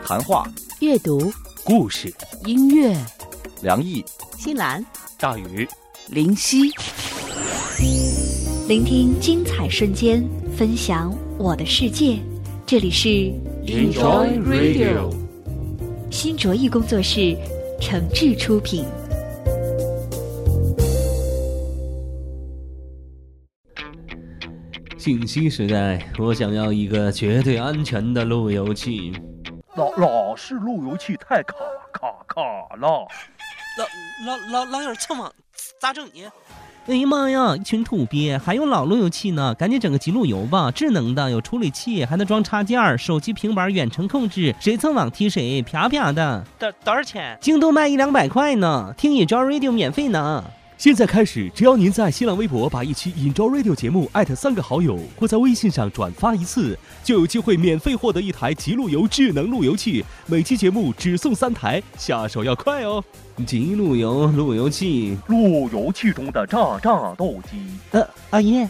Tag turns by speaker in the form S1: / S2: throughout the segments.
S1: 谈话、
S2: 阅读、
S3: 故事、
S2: 音乐。
S1: 梁毅、
S2: 新兰、
S3: 大宇、
S2: 林夕，
S4: 聆听精彩瞬间，分享我的世界。这里是
S3: Enjoy Radio，
S4: 新卓艺工作室诚挚出品。
S3: 信息时代，我想要一个绝对安全的路由器。
S5: 老是路由器太卡了。
S6: 老有蹭网，咋整呢？
S3: 哎呀妈呀，一群土鳖，还用老路由器呢？赶紧整个极路由吧，智能的，有处理器，还能装插件，手机平板远程控制，谁蹭网踢谁，啪啪的。
S6: 多少钱？
S3: 京东卖100-200块呢，听Enjoy Radio免费呢。
S7: 现在开始，只要您在新浪微博把一期 Enjoy Radio 节目3个好友，或在微信上转发一次，就有机会免费获得一台极路由智能路由器，每期节目只送3台，下手要快哦。
S3: 极路由路由器，
S5: 路由器中的炸斗机。
S3: 阿爷。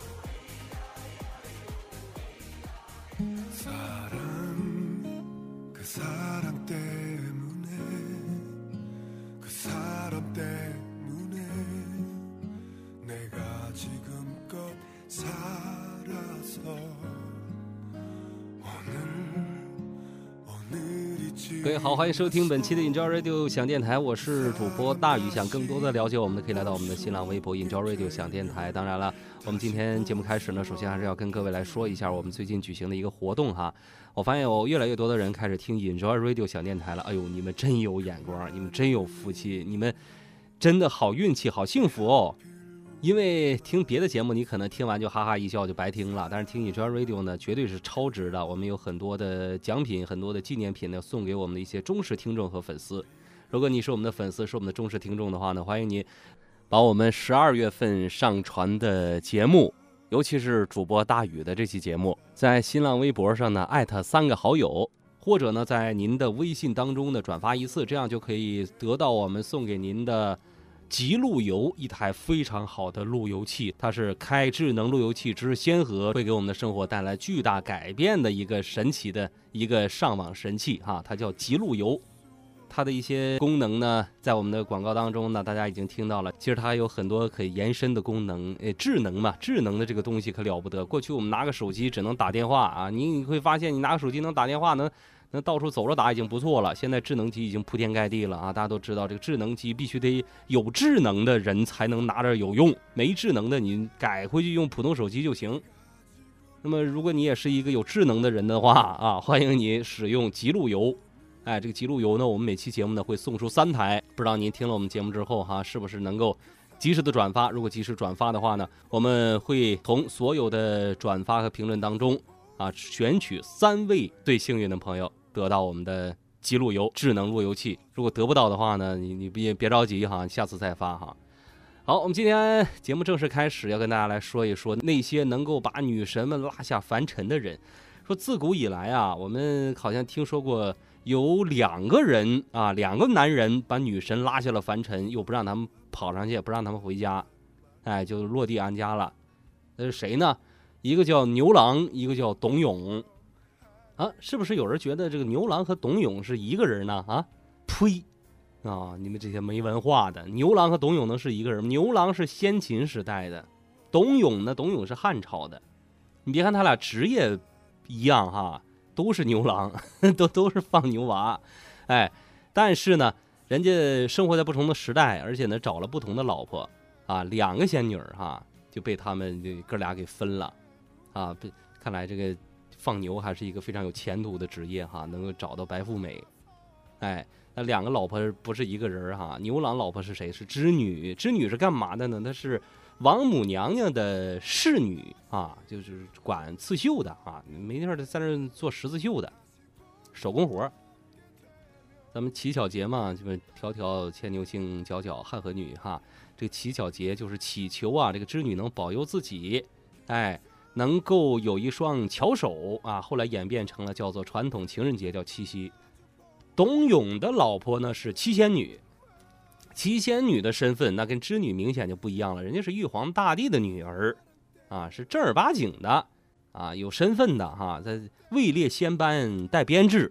S3: 各位好，欢迎收听本期的 Enjoy Radio 想电台，我是主播大宇。想更多的了解我们的，可以来到我们的新浪微博 Enjoy Radio 想电台。当然了，我们今天节目开始呢，首先还是要跟各位来说一下我们最近举行的一个活动哈。我发现有越来越多的人开始听 Enjoy Radio 想电台了。哎呦，你们真有眼光，你们真有福气，你们真的好运气，好幸福哦。因为听别的节目你可能听完就哈哈一笑就白听了，但是听 Enjoy Radio 呢绝对是超值的。我们有很多的奖品，很多的纪念品呢送给我们的一些忠实听众和粉丝。如果你是我们的粉丝，是我们的忠实听众的话呢，欢迎你把我们12月份上传的节目，尤其是主播大宇的这期节目，在新浪微博上呢3个好友，或者呢在您的微信当中呢转发一次，这样就可以得到我们送给您的极路由，一台非常好的路由器。它是开智能路由器之先河，会给我们的生活带来巨大改变的一个神奇的一个上网神器哈，它叫极路由。它的一些功能呢，在我们的广告当中呢，大家已经听到了。其实它有很多可以延伸的功能，智能嘛，智能的这个东西可了不得。过去我们拿个手机只能打电话啊，你会发现你拿个手机能打电话，能到处走着打已经不错了。现在智能机已经铺天盖地了啊！大家都知道，这个智能机必须得有智能的人才能拿着有用，没智能的你改回去用普通手机就行。那么，如果你也是一个有智能的人的话啊，欢迎你使用极路由。哎，这个极路由呢，我们每期节目呢会送出3台，不知道您听了我们节目之后哈，是不是能够及时的转发？如果及时转发的话呢，我们会从所有的转发和评论当中啊，选取3位最幸运的朋友，得到我们的极路由智能路由器。如果得不到的话呢，你别着急哈，下次再发哈。好，我们今天节目正式开始，要跟大家来说一说那些能够把女神们拉下凡尘的人。说自古以来啊，我们好像听说过有2个人啊，2个男人把女神拉下了凡尘，又不让他们跑上去，也不让他们回家，哎，就落地安家了。那是谁呢？一个叫牛郎，一个叫董永。啊，是不是有人觉得这个牛郎和董永是一个人呢？啊，呸！啊，你们这些没文化的，牛郎和董永能是一个人？牛郎是先秦时代的，董永是汉朝的。你别看他俩职业一样哈，都是牛郎，都是放牛娃，哎，但是呢，人家生活在不同的时代，而且呢找了不同的老婆啊，2个仙女哈，就被他们哥俩给分了啊。看来这个放牛还是一个非常有前途的职业哈，能够找到白富美。哎，那2个老婆不是一个人哈。牛郎老婆是谁？是织女。织女是干嘛的呢？她是王母娘娘的侍女啊，就是管刺绣的啊，没事在那做十字绣的手工活。咱们乞巧节嘛，就是迢迢牵牛星，皎皎汉河女哈。这个乞巧节就是祈求啊，这个织女能保佑自己，哎，能够有一双巧手啊。后来演变成了叫做传统情人节，叫七夕。董永的老婆呢是七仙女。七仙女的身份那跟织女明显就不一样了，人家是玉皇大帝的女儿啊，是正儿八经的啊，有身份的哈，在位列仙班带编制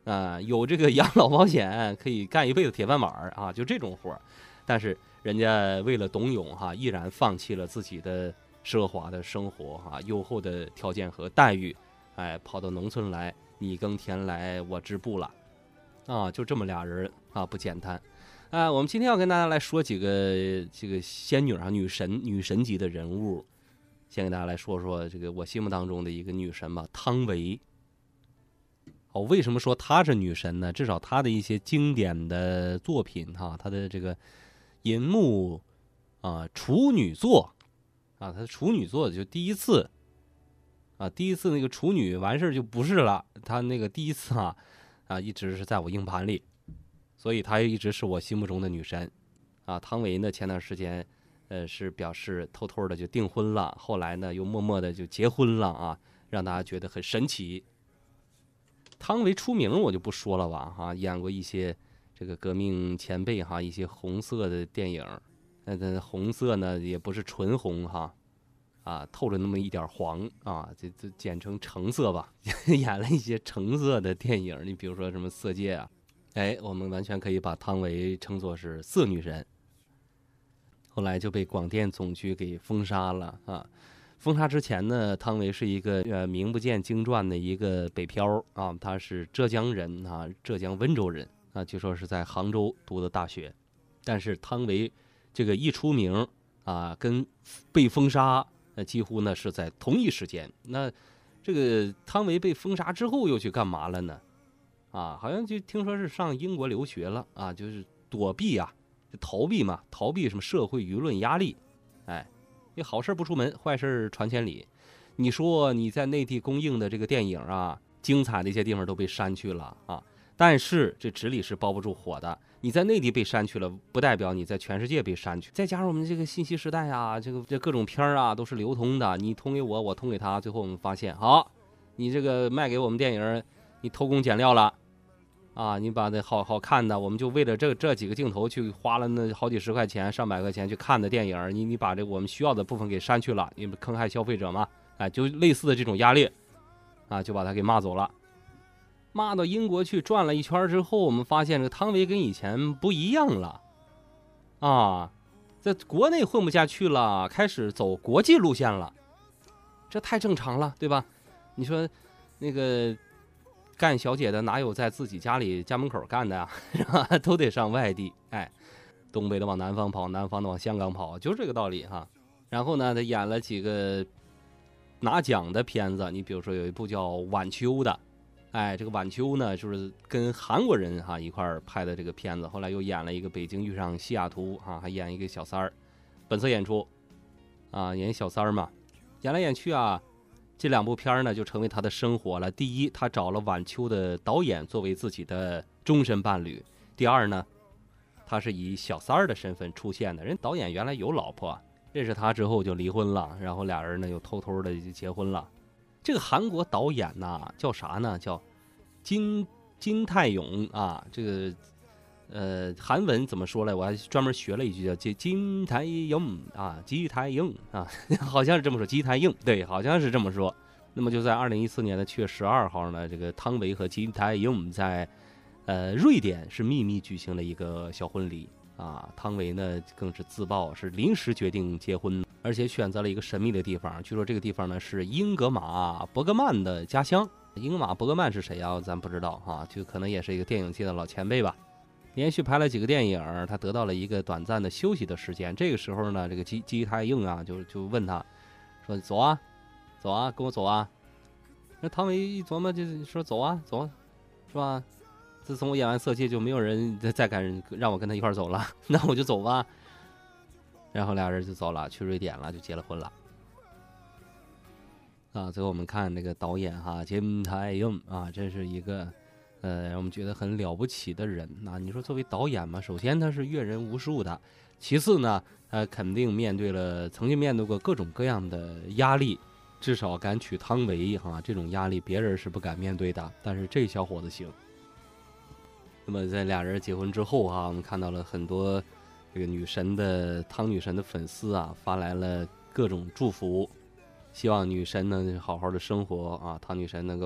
S3: 有这个养老保险可以干一辈子铁饭碗啊，就这种活。但是人家为了董永哈，毅然放弃了自己的奢华的生活哈，优厚的条件和待遇，跑到农村来，你耕田来，我织布了，啊，就这么俩人啊，不简单。我们今天要跟大家来说几个这个仙女啊，女神级的人物。先给大家来说说这个我心目当中的一个女神吧，汤唯。为什么说她是女神呢？至少她的一些经典的作品哈，她的这个银幕处女作啊，她处女作就第一次那个处女完事就不是了，她那个第一次一直是在我硬盘里，所以她一直是我心目中的女神啊。汤唯呢，前段时间是表示偷偷的就订婚了，后来呢又默默的就结婚了啊，让大家觉得很神奇。汤唯出名我就不说了吧演过一些这个革命前辈一些红色的电影，红色呢也不是纯红透着那么一点黄就简称橙色吧演了一些橙色的电影，你比如说什么色戒我们完全可以把汤唯称作是色女神。后来就被广电总局给封杀了封杀之前呢，汤唯是一个名不见经传的一个北漂他是浙江人浙江温州人据说是在杭州读的大学。但是汤唯这个一出名跟被封杀几乎呢是在同一时间。那这个汤唯被封杀之后又去干嘛了呢？好像就听说是上英国留学了就是躲避逃避嘛，逃避什么社会舆论压力。因为好事不出门，坏事传千里。你说你在内地公映的这个电影精彩的一些地方都被删去了但是这纸里是包不住火的。你在内地被删去了，不代表你在全世界被删去。再加上我们这个信息时代这各种片都是流通的，你通给我，我通给他，最后我们发现，你这个卖给我们电影，你偷工减料了你把那好看的，我们就为了这几个镜头去花了那好几十块钱、上百块钱去看的电影，你把这我们需要的部分给删去了，你们坑害消费者嘛？就类似的这种压力就把他给骂走了。骂到英国去转了一圈之后，我们发现这个汤唯跟以前不一样了在国内混不下去了，开始走国际路线了，这太正常了，对吧？你说那个干小姐的哪有在自己家里家门口干的是吧？都得上外地，东北的往南方跑，南方的往香港跑，就是这个道理然后呢，他演了几个拿奖的片子，你比如说有一部叫《晚秋》的，这个《晚秋》呢就是跟韩国人一块儿拍的这个片子，后来又演了一个《北京遇上西雅图》还演一个小三儿，本色演出演小三儿嘛，演来演去这两部片呢就成为他的生活了。第一，他找了晚秋的导演作为自己的终身伴侣；第二呢，他是以小三儿的身份出现的。人导演原来有老婆，认识他之后就离婚了，然后俩人呢又偷偷的就结婚了。这个韩国导演叫啥呢？叫金泰勇这个韩文怎么说来？我还专门学了一句叫金泰勇基泰勇好像是这么说，基泰勇，对，好像是这么说。那么就在2014年的7月12号呢，这个汤唯和基泰勇在瑞典是秘密举行了一个小婚礼汤唯呢更是自曝是临时决定结婚，而且选择了一个神秘的地方。据说这个地方呢是英格玛·伯格曼的家乡。英格玛·伯格曼是谁咱不知道就可能也是一个电影界的老前辈吧。连续拍了几个电影，他得到了一个短暂的休息的时间。这个时候呢，这个基泰勇就问他说：“走啊，跟我走啊。”那汤唯一琢磨就说：“走啊，是吧？自从我演完《色戒》，就没有人再敢让我跟他一块走了，那我就走吧。”然后俩人就走了，去瑞典了，就结了婚了。最后我们看那个导演金泰勇真是一个让我们觉得很了不起的人你说作为导演嘛，首先他是阅人无数的，其次呢，他肯定曾经面对过各种各样的压力，至少敢娶汤唯这种压力别人是不敢面对的，但是这小伙子行。那么在俩人结婚之后我们看到了很多这个汤女神的粉丝发来了各种祝福，希望女神能好好的生活汤女神能够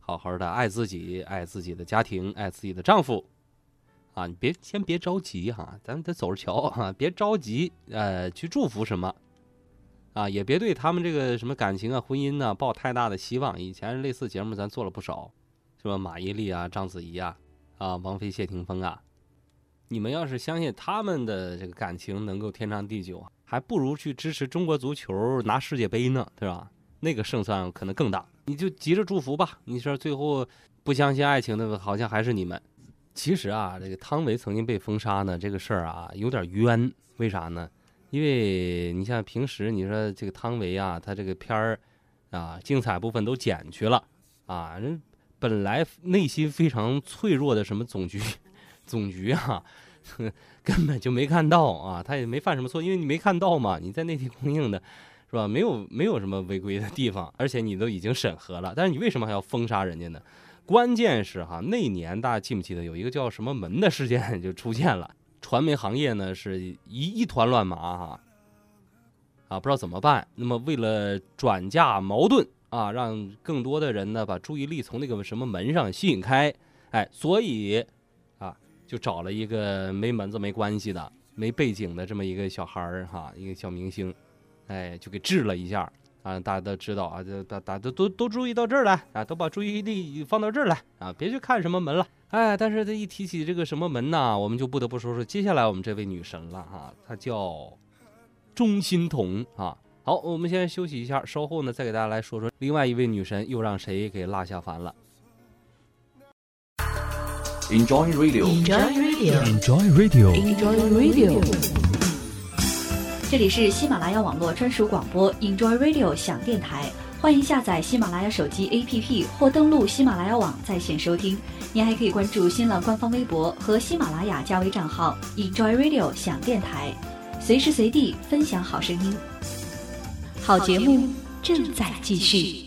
S3: 好好的爱自己，爱自己的家庭，爱自己的丈夫。啊，你先别着急哈，咱们得走着瞧哈，别着急，去祝福什么，啊，也别对他们这个什么感情啊、婚姻啊抱太大的希望。以前类似节目咱做了不少，是吧？马伊琍啊、章子怡啊、王菲、谢霆锋啊，你们要是相信他们的这个感情能够天长地久，还不如去支持中国足球拿世界杯呢，对吧？那个胜算可能更大。你就急着祝福吧，你说最后不相信爱情的，好像还是你们。其实啊，这个汤唯曾经被封杀呢，这个事儿啊有点冤。为啥呢？因为你像平时你说这个汤唯啊，他这个片儿啊，精彩部分都剪去了啊，人本来内心非常脆弱的什么总局啊，根本就没看到啊，他也没犯什么错，因为你没看到嘛，你在内地公映的，是吧？没有什么违规的地方，而且你都已经审核了，但是你为什么还要封杀人家呢？关键是哈，那年大家记不记得有一个叫什么门的事件就出现了，传媒行业呢是一团乱麻哈，不知道怎么办。那么为了转嫁矛盾啊，让更多的人呢把注意力从那个什么门上吸引开，所以就找了一个没门子没关系的没背景的这么一个小孩儿哈，一个小明星，就给治了一下。大家都知道啊，大家都注意到这儿来啊，都把注意力放到这儿来啊，别去看什么门了。但是他一提起这个什么门呢，我们就不得不说接下来我们这位女神了哈，她叫钟欣桐啊。好，我们先休息一下，稍后呢再给大家来说另外一位女神又让谁给落下凡了。
S2: Enjoy Radio， Enjoy
S7: Radio，Enjoy Radio，Enjoy
S2: Radio。
S4: 这里是喜马拉雅网络专属广播 Enjoy Radio 享电台，欢迎下载喜马拉雅手机 APP 或登录喜马拉雅网在线收听。您还可以关注新浪官方微博和喜马拉雅加微账号 Enjoy Radio 享电台，随时随地分享好声音。好节目正在继续。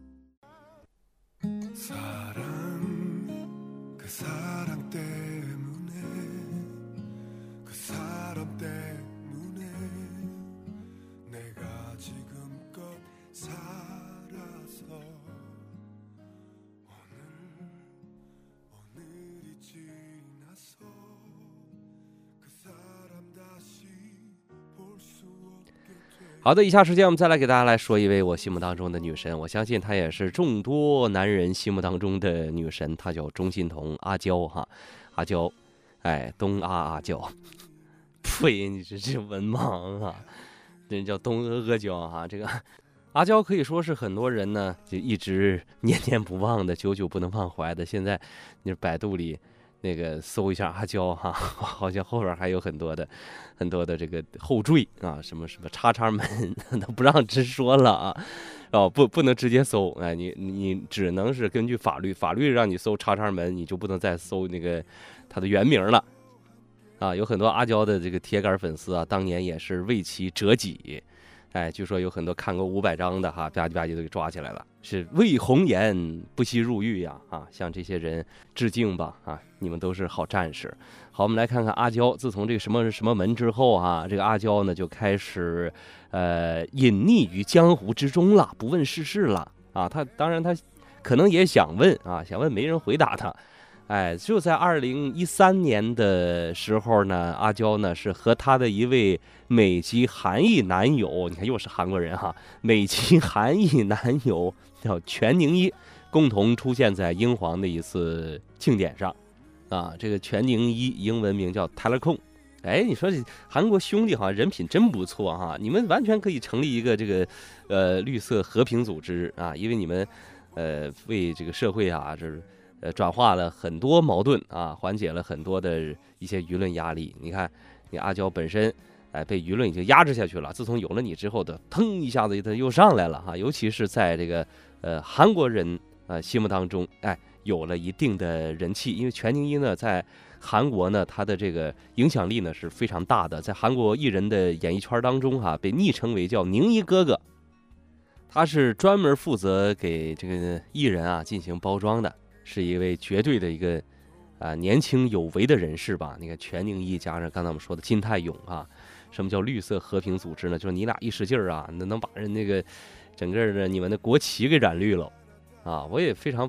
S3: 好的，以下时间我们再来给大家来说一位我心目当中的女神，我相信她也是众多男人心目当中的女神，她叫钟欣桐，阿娇哈，阿娇，东阿娇，呸，你这文盲啊，这叫东阿娇哈，这个阿娇可以说是很多人呢就一直念念不忘的，久久不能忘怀的。现在你百度里那个搜一下阿娇哈，好像后边还有很多的这个后缀啊，什么叉叉门都不让直说了啊，不能直接搜，你只能是根据法律让你搜叉叉门，你就不能再搜那个它的原名了啊。有很多阿娇的这个铁杆粉丝啊，当年也是为其折戟。据说有很多看过500章的哈，吧唧都给抓起来了，是为红颜不惜入狱呀！向这些人致敬吧！你们都是好战士。好，我们来看看阿娇，自从这个什么门之后这个阿娇呢就开始隐匿于江湖之中了，不问世事了他当然他可能也想问没人回答他。就在2013年的时候呢，阿娇呢是和她的一位美籍韩裔男友，你看又是韩国人哈，美籍韩裔男友叫全宁一，共同出现在英皇的一次庆典上这个全宁一英文名叫 Tyler Kong。你说这韩国兄弟好像人品真不错哈，你们完全可以成立一个这个绿色和平组织因为你们为这个社会转化了很多矛盾缓解了很多的一些舆论压力。你看你阿娇本身被舆论已经压制下去了，自从有了你之后的腾一下子它又上来了尤其是在这个韩国人心目当中有了一定的人气。因为全宁一呢在韩国呢他的这个影响力呢是非常大的，在韩国艺人的演艺圈当中被昵称为叫宁一哥哥，他是专门负责给这个艺人进行包装的，是一位绝对的一个年轻有为的人士吧。你看全宁一加上刚才我们说的金泰勇什么叫绿色和平组织呢？就是你俩一使劲儿能把人那个整个的你们的国旗给染绿了我也非常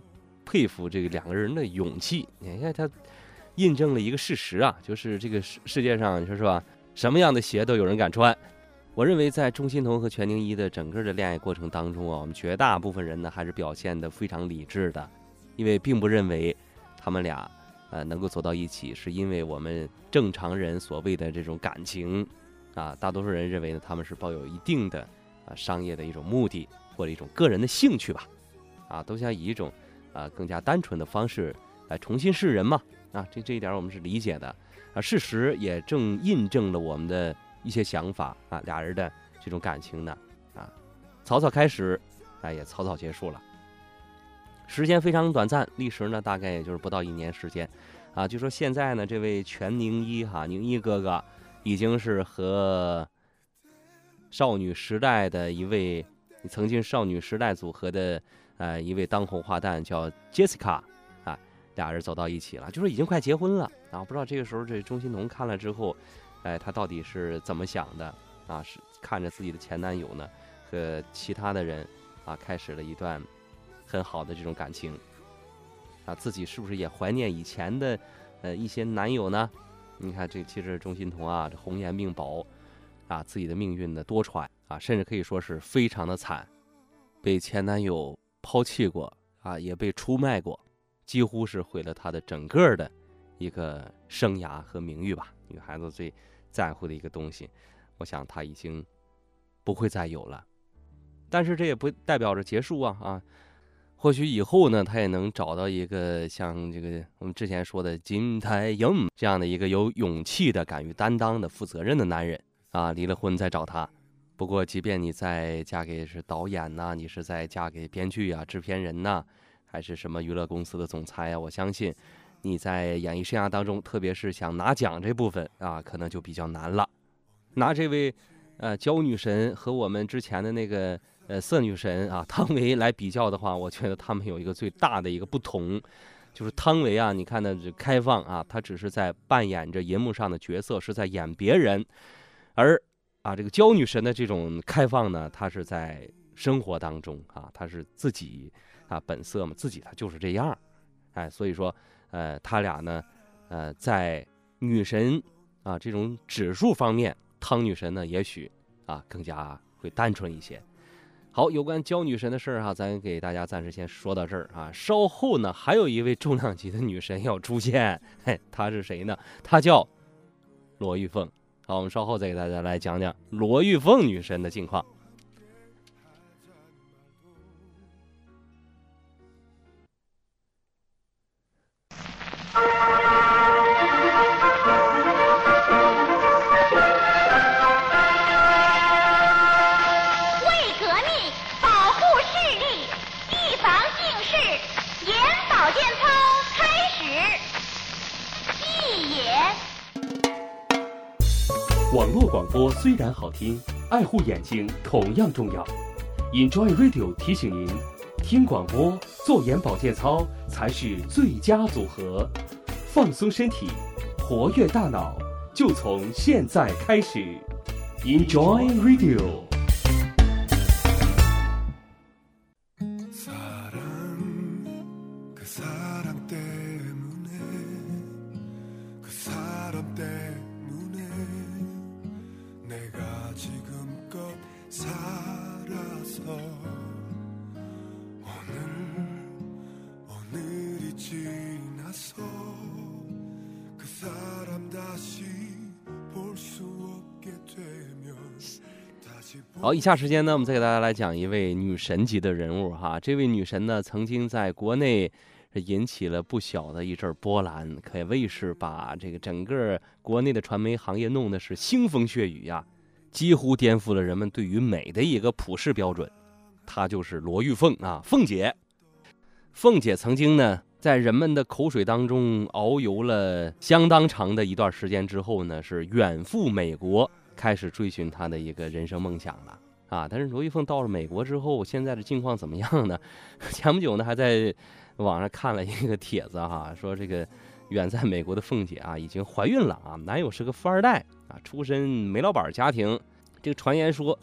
S3: 佩服这个两个人的勇气。你看他印证了一个事实啊，就是这个世界上，你说是吧，什么样的鞋都有人敢穿。我认为在钟欣桐和全宁一的整个的恋爱过程当中啊，我们绝大部分人呢还是表现得非常理智的，因为并不认为他们俩能够走到一起，是因为我们正常人所谓的这种感情啊，大多数人认为呢，他们是抱有一定的商业的一种目的或者一种个人的兴趣吧，啊，都想以一种更加单纯的方式来重新示人嘛，啊，这一点我们是理解的啊，事实也正印证了我们的一些想法啊，俩人的这种感情呢，啊，草草开始，也草草结束了，时间非常短暂，历时呢大概也就是不到1年时间，啊，就说现在呢，这位全宁一宁一哥哥已经是和少女时代的一位曾经少女时代组合的一位当红花旦叫 Jessica 啊，俩人走到一起了，就是已经快结婚了啊，不知道这个时候这钟欣桐看了之后。他到底是怎么想的啊？是看着自己的前男友呢和其他的人啊，开始了一段很好的这种感情啊，自己是不是也怀念以前的一些男友呢？你看这其实钟欣桐啊，这红颜命薄啊，自己的命运呢多舛啊，甚至可以说是非常的惨，被前男友抛弃过啊，也被出卖过，几乎是毁了他的整个的一个生涯和名誉吧。女孩子最在乎的一个东西，我想他已经不会再有了，但是这也不代表着结束啊！或许以后呢，他也能找到一个像这个我们之前说的金泰英这样的一个有勇气的、敢于担当的、负责任的男人啊！离了婚再找他。不过，即便你再嫁给是导演呐，你是在嫁给编剧啊、制片人呐，还是什么娱乐公司的总裁啊，我相信。你在演艺生涯当中，特别是想拿奖这部分啊，可能就比较难了。拿这位娇女神和我们之前的那个色女神啊汤唯来比较的话，我觉得他们有一个最大的一个不同，就是汤唯啊，你看的这开放啊，她只是在扮演着银幕上的角色，是在演别人，而这个娇女神的这种开放呢，她是在生活当中啊，她是自己本色嘛，自己她就是这样，所以说。他俩呢，在女神这种指数方面，汤女神呢也许更加会单纯一些。好，有关娇女神的事儿咱给大家暂时先说到这儿啊。稍后呢，还有一位重量级的女神要出现，她是谁呢？她叫罗玉凤。好，我们稍后再给大家来讲讲罗玉凤女神的近况。
S7: 网络广播虽然好听，爱护眼睛同样重要。Enjoy Radio 提醒您，听广播、做眼保健操才是最佳组合。放松身体，活跃大脑，就从现在开始。Enjoy Radio。
S3: 好，以下时间呢，我们再给大家来讲一位女神级的人物哈。这位女神呢，曾经在国内引起了不小的一阵波澜，可谓是把这个整个国内的传媒行业弄得是腥风血雨呀，几乎颠覆了人们对于美的一个普世标准。她就是罗玉凤凤姐。凤姐曾经呢，在人们的口水当中遨游了相当长的一段时间之后呢，是远赴美国，开始追寻她的一个人生梦想了但是罗玉凤到了美国之后，现在的境况怎么样呢？前不久呢，还在网上看了一个帖子说这个远在美国的凤姐已经怀孕了男友是个富二代出身煤老板家庭。这个传言说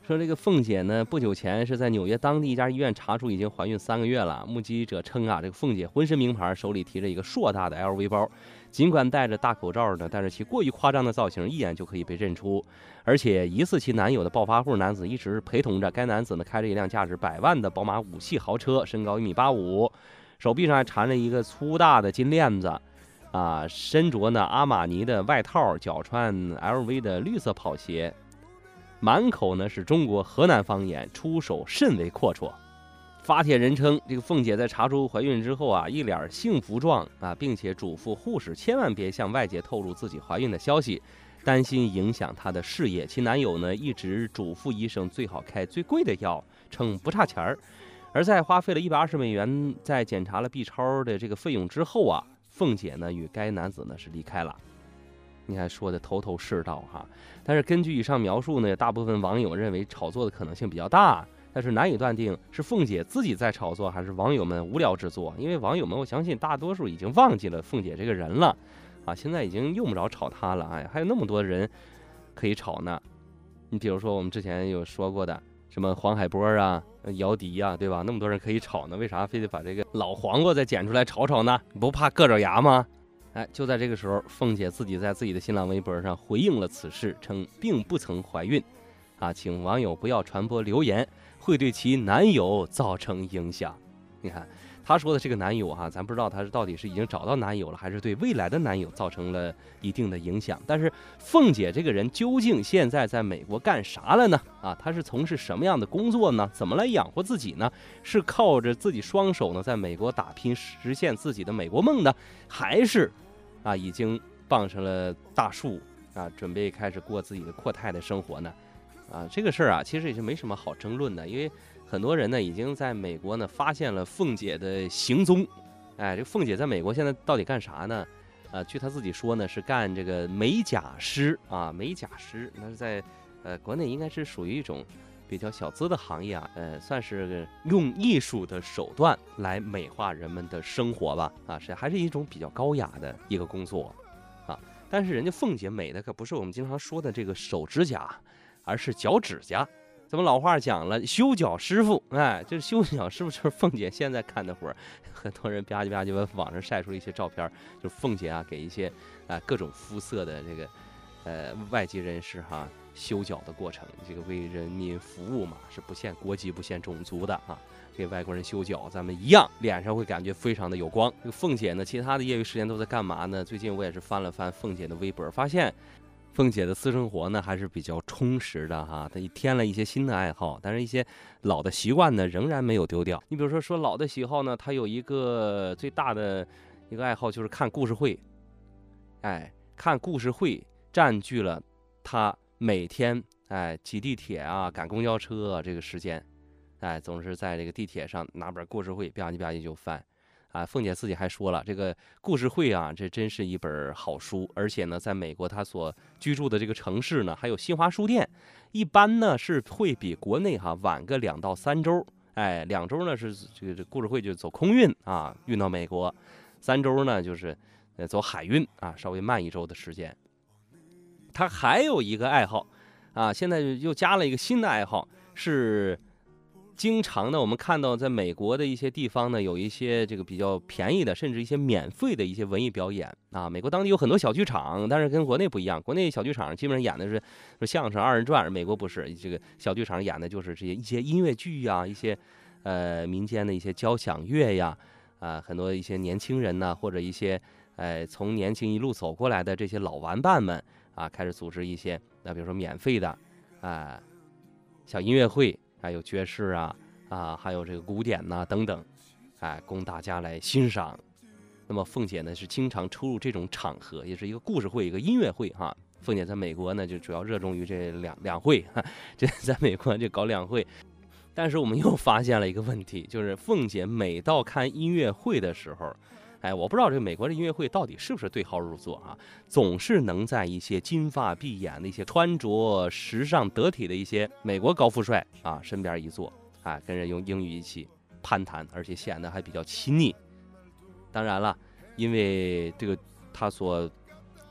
S3: 说这个凤姐呢，不久前是在纽约当地一家医院查出已经怀孕3个月了。目击者称啊，这个凤姐浑身名牌，手里提着一个硕大的 LV 包，尽管戴着大口罩呢，但是其过于夸张的造型一眼就可以被认出。而且疑似其男友的暴发户男子一直陪同着该男子呢，开着一辆价值100万的宝马5系豪车，身高1.85米，手臂上还缠着一个粗大的金链子。身着呢阿玛尼的外套，脚穿 LV 的绿色跑鞋，满口呢是中国河南方言，出手甚为阔绰。发帖人称，这个凤姐在查出怀孕之后啊，一脸幸福状啊，并且嘱咐护士千万别向外界透露自己怀孕的消息，担心影响她的事业。其男友呢一直嘱咐医生最好开最贵的药，称不差钱儿。而在花费了$120在检查了 B 超的这个费用之后啊，凤姐呢与该男子呢是离开了。你看说的头头是道哈，但是根据以上描述呢，大部分网友认为炒作的可能性比较大，但是难以断定是凤姐自己在炒作，还是网友们无聊之作。因为网友们我相信大多数已经忘记了凤姐这个人了啊，现在已经用不着炒她了。哎，还有那么多人可以炒呢。你比如说我们之前有说过的什么黄海波啊、姚笛啊，对吧？那么多人可以炒呢，为啥非得把这个老黄瓜再捡出来炒炒呢？你不怕硌着牙吗？哎，就在这个时候，凤姐自己在自己的新浪微博上回应了此事，称并不曾怀孕，请网友不要传播流言，会对其男友造成影响。你看她说的这个男友咱不知道她到底是已经找到男友了，还是对未来的男友造成了一定的影响。但是凤姐这个人究竟现在在美国干啥了呢？她是从事什么样的工作呢？怎么来养活自己呢？是靠着自己双手呢在美国打拼实现自己的美国梦呢，还是已经傍上了大树准备开始过自己的阔太的生活呢？这个事儿其实也是没什么好争论的，因为很多人呢已经在美国呢发现了凤姐的行踪。这个凤姐在美国现在到底干啥呢？据她自己说呢，是干这个美甲师美甲师那是在国内应该是属于一种比较小资的行业算是用艺术的手段来美化人们的生活吧还是一种比较高雅的一个工作但是人家凤姐美的可不是我们经常说的这个手指甲，而是脚趾甲。咱们老话讲了，修脚师傅，这修脚师傅就是凤姐现在干的活。很多人吧唧吧唧往网上晒出了一些照片，就是凤姐给一些各种肤色的这个外籍人士修脚的过程，这个为人民服务嘛，是不限国籍不限种族的给外国人修脚，咱们一样脸上会感觉非常的有光。这个凤姐呢，其他的业余时间都在干嘛呢？最近我也是翻了翻凤姐的微博，发现凤姐的私生活呢还是比较充实的她添了一些新的爱好，但是一些老的习惯呢仍然没有丢掉。你比如说老的喜好呢，她有一个最大的一个爱好就是看故事会。看故事会占据了她每天挤地铁赶公交车这个时间，总是在这个地铁上拿本故事会吧唧吧唧就翻。凤姐自己还说了，这个故事会这真是一本好书，而且呢，在美国她所居住的这个城市呢，还有新华书店，一般呢是会比国内晚个2到3周。2周呢是这个故事会就走空运运到美国，3周呢就是走海运稍微慢1周的时间。她还有一个爱好现在又加了一个新的爱好，是经常呢，我们看到在美国的一些地方呢，有一些这个比较便宜的，甚至一些免费的一些文艺表演美国当地有很多小剧场，但是跟国内不一样，国内小剧场基本上演的是相声、2人转，美国不是，这个小剧场演的就是这些一些音乐剧一些民间的一些交响乐很多一些年轻人呢，或者一些从年轻一路走过来的这些老玩伴们开始组织一些比如说免费的小音乐会。有爵士还有这个古典等等，供大家来欣赏。那么凤姐呢是经常出入这种场合，也是一个故事会，一个音乐会凤姐在美国呢就主要热衷于这两会这在美国就搞2会。但是我们又发现了一个问题，就是凤姐每到看音乐会的时候，我不知道这个美国的音乐会到底是不是对号入座总是能在一些金发碧眼的一些穿着时尚得体的一些美国高富帅身边一坐跟人用英语一起攀谈，而且显得还比较亲昵。当然了，因为这个他所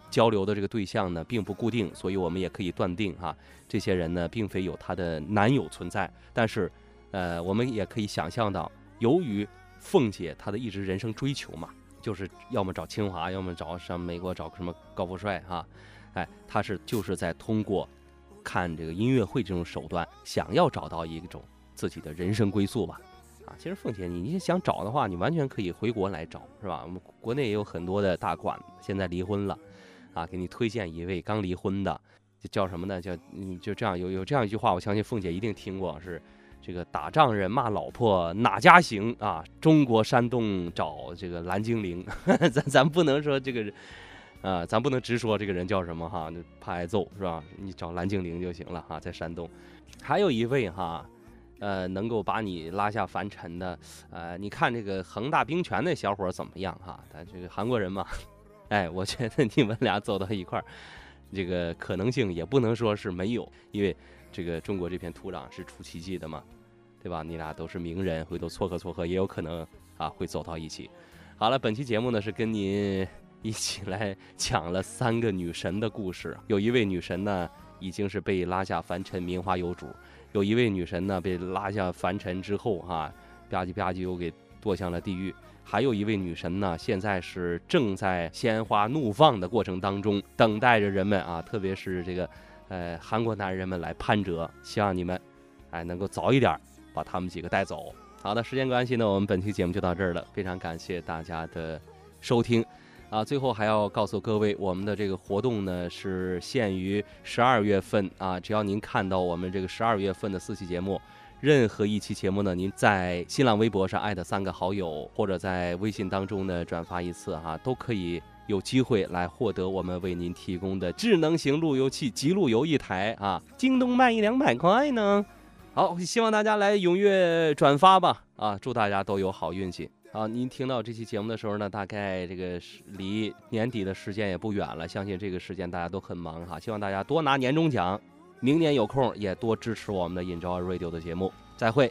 S3: 交流的这个对象呢并不固定，所以我们也可以断定这些人呢并非有他的男友存在。但是我们也可以想象到，由于凤姐她的一直人生追求嘛，就是要么找清华，要么找上美国找什么高富帅她就是在通过看这个音乐会这种手段，想要找到一种自己的人生归宿吧。其实凤姐你想找的话，你完全可以回国来找，是吧？我们国内也有很多的大馆现在离婚了给你推荐一位刚离婚的，就叫什么呢？就这样有这样一句话，我相信凤姐一定听过，是这个打仗人骂老婆哪家行中国山东找这个蓝精灵咱不能说这个人咱不能直说这个人叫什么怕挨揍，是吧？你找蓝精灵就行了在山东。还有一位能够把你拉下凡尘的你看这个恒大冰泉那小伙怎么样他这个韩国人嘛我觉得你们俩走到一块儿，这个可能性也不能说是没有，因为这个中国这片土壤是出奇迹的嘛，对吧？你俩都是名人，回头撮合也有可能会走到一起。好了，本期节目呢是跟您一起来讲了3个女神的故事。有一位女神呢已经是被拉下凡尘，名花有主；有一位女神呢被拉下凡尘之后吧唧吧唧又给堕向了地狱。还有一位女神呢，现在是正在鲜花怒放的过程当中，等待着人们特别是这个韩国男人们来攀折。希望你们能够早一点把他们几个带走。好的，时间关系呢，我们本期节目就到这儿了，非常感谢大家的收听最后还要告诉各位，我们的这个活动呢是限于12月份只要您看到我们这个12月份的4期节目，任何一期节目呢，您在新浪微博上艾特3个好友，或者在微信当中呢转发一次都可以有机会来获得我们为您提供的智能型路由器极路由1台京东卖100-200块呢。好，希望大家来踊跃转发吧祝大家都有好运气。您听到这期节目的时候呢，大概这个离年底的时间也不远了，相信这个时间大家都很忙希望大家多拿年终奖，明年有空也多支持我们的 Enjoy Radio 的节目。再会。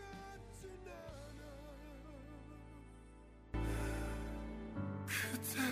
S1: 그대